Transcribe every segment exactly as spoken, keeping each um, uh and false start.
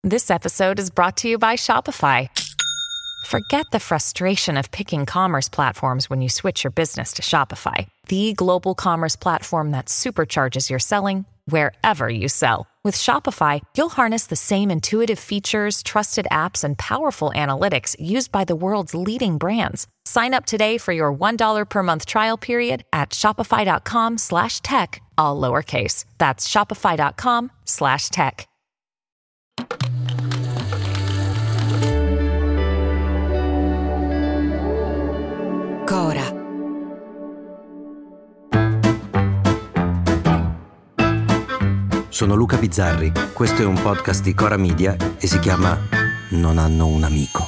This episode is brought to you by Shopify. Forget the frustration of picking commerce platforms when you switch your business to Shopify, the global commerce platform that supercharges your selling wherever you sell. With Shopify, you'll harness the same intuitive features, trusted apps, and powerful analytics used by the world's leading brands. Sign up today for your one dollar per month trial period at shopify.com slash tech, all lowercase. That's shopify.com slash tech. Cora. Sono Luca Bizzarri, questo è un podcast di Cora Media e si chiama Non hanno un amico.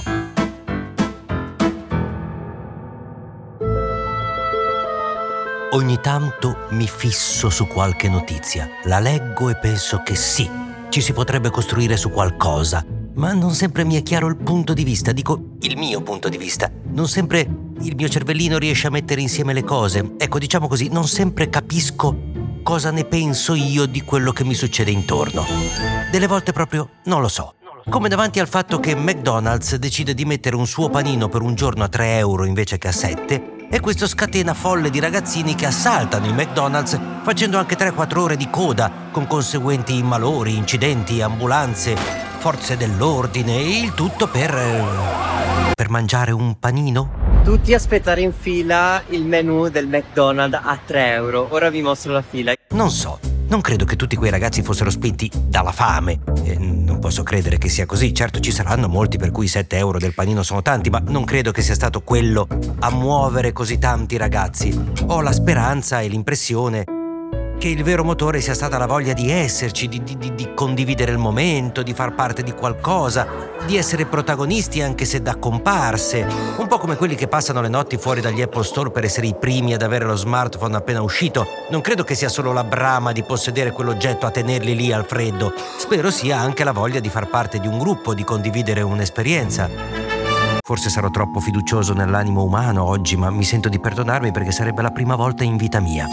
Ogni tanto mi fisso su qualche notizia, la leggo e penso che sì, ci si potrebbe costruire su qualcosa, ma non sempre mi è chiaro il punto di vista, dico il mio punto di vista, non sempre il mio cervellino riesce a mettere insieme le cose, ecco, diciamo così, non sempre capisco cosa ne penso io di quello che mi succede intorno. Delle volte proprio non lo so. Come davanti al fatto che McDonald's decide di mettere un suo panino per un giorno a tre euro invece che a sette, e questo scatena folle di ragazzini che assaltano i McDonald's facendo anche tre quattro ore di coda, con conseguenti malori, incidenti, ambulanze, forze dell'ordine e il tutto per... per mangiare un panino? Tutti aspettare in fila il menù del McDonald's a tre euro. Ora vi mostro la fila. Non so, non credo che tutti quei ragazzi fossero spinti dalla fame. Eh, non posso credere che sia così. Certo, ci saranno molti per cui sette euro del panino sono tanti, ma non credo che sia stato quello a muovere così tanti ragazzi. Ho la speranza e l'impressione che il vero motore sia stata la voglia di esserci, di, di, di condividere il momento, di far parte di qualcosa, di essere protagonisti anche se da comparse, un po' come quelli che passano le notti fuori dagli Apple Store per essere i primi ad avere lo smartphone appena uscito. Non credo che sia solo la brama di possedere quell'oggetto a tenerli lì al freddo, spero sia anche la voglia di far parte di un gruppo, di condividere un'esperienza. Forse sarò troppo fiducioso nell'animo umano oggi, ma mi sento di perdonarmi perché sarebbe la prima volta in vita mia.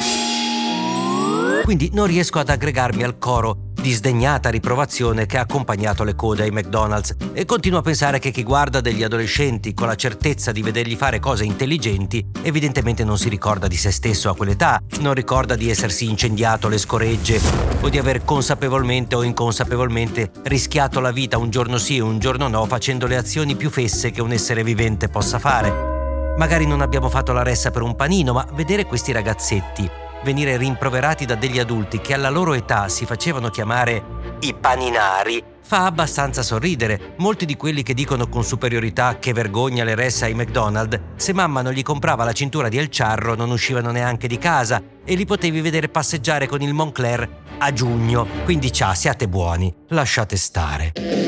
Quindi non riesco ad aggregarmi al coro di sdegnata riprovazione che ha accompagnato le code ai McDonald's e continuo a pensare che chi guarda degli adolescenti con la certezza di vedergli fare cose intelligenti evidentemente non si ricorda di se stesso a quell'età, non ricorda di essersi incendiato le scoregge o di aver consapevolmente o inconsapevolmente rischiato la vita un giorno sì e un giorno no facendo le azioni più fesse che un essere vivente possa fare. Magari non abbiamo fatto la ressa per un panino, ma vedere questi ragazzetti venire rimproverati da degli adulti che alla loro età si facevano chiamare i paninari fa abbastanza sorridere. Molti di quelli che dicono con superiorità che vergogna le resse ai McDonald's, se mamma non gli comprava la cintura di El Charro non uscivano neanche di casa e li potevi vedere passeggiare con il Moncler a giugno. Quindi ciao, siate buoni, lasciate stare.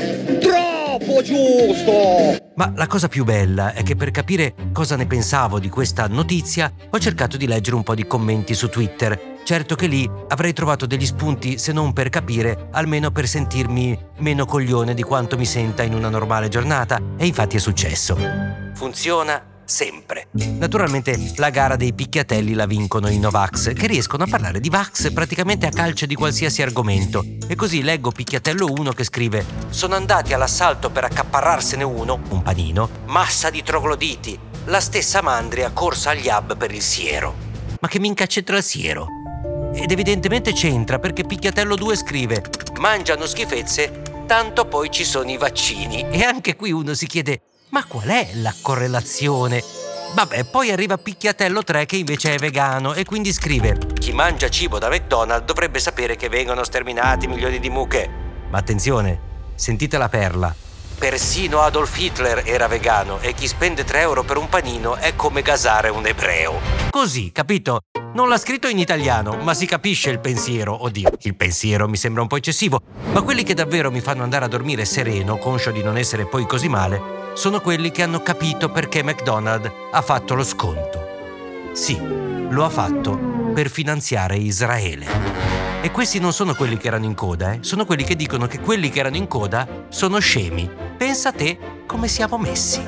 Troppo giusto! Ma la cosa più bella è che per capire cosa ne pensavo di questa notizia ho cercato di leggere un po' di commenti su Twitter. Certo che lì avrei trovato degli spunti, se non per capire, almeno per sentirmi meno coglione di quanto mi senta in una normale giornata, e infatti è successo. Funziona sempre. Naturalmente la gara dei picchiatelli la vincono i Novax, che riescono a parlare di Vax praticamente a calce di qualsiasi argomento. E così leggo Picchiatello uno che scrive: sono andati all'assalto per accaparrarsene uno, un panino, massa di trogloditi, la stessa Mandria corsa agli hub per il siero. Ma che minchia c'entra il siero? Ed evidentemente c'entra, perché Picchiatello due scrive: mangiano schifezze, tanto poi ci sono i vaccini. E anche qui uno si chiede: ma qual è la correlazione? Vabbè, poi arriva Picchiatello tre che invece è vegano e quindi scrive: chi mangia cibo da McDonald's dovrebbe sapere che vengono sterminati milioni di mucche. Ma attenzione, sentite la perla. Persino Adolf Hitler era vegano e chi spende tre euro per un panino è come gasare un ebreo. Così, capito? Non l'ha scritto in italiano, ma si capisce il pensiero. Oddio, il pensiero mi sembra un po' eccessivo, ma quelli che davvero mi fanno andare a dormire sereno, conscio di non essere poi così male, sono quelli che hanno capito perché McDonald's ha fatto lo sconto. Sì, lo ha fatto per finanziare Israele. E questi non sono quelli che erano in coda, eh? Sono quelli che dicono che quelli che erano in coda sono scemi. Pensa te come siamo messi.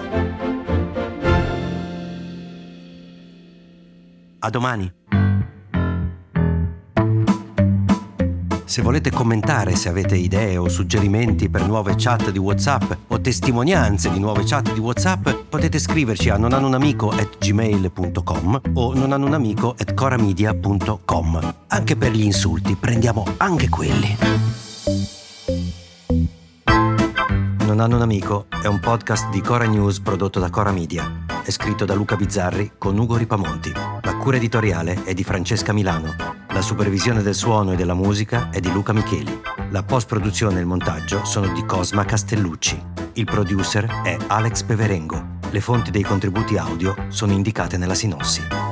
A domani. Se volete commentare, se avete idee o suggerimenti per nuove chat di WhatsApp o testimonianze di nuove chat di WhatsApp, potete scriverci a nonhannounamico at gmail punto com o nonhannounamico at coramedia punto com. Anche per gli insulti, prendiamo anche quelli. Non hanno un amico è un podcast di Cora News prodotto da Cora Media. È scritto da Luca Bizzarri con Ugo Ripamonti. La cura editoriale è di Francesca Milano. La supervisione del suono e della musica è di Luca Micheli. La post-produzione e il montaggio sono di Cosma Castellucci. Il producer è Alex Peverengo. Le fonti dei contributi audio sono indicate nella sinossi.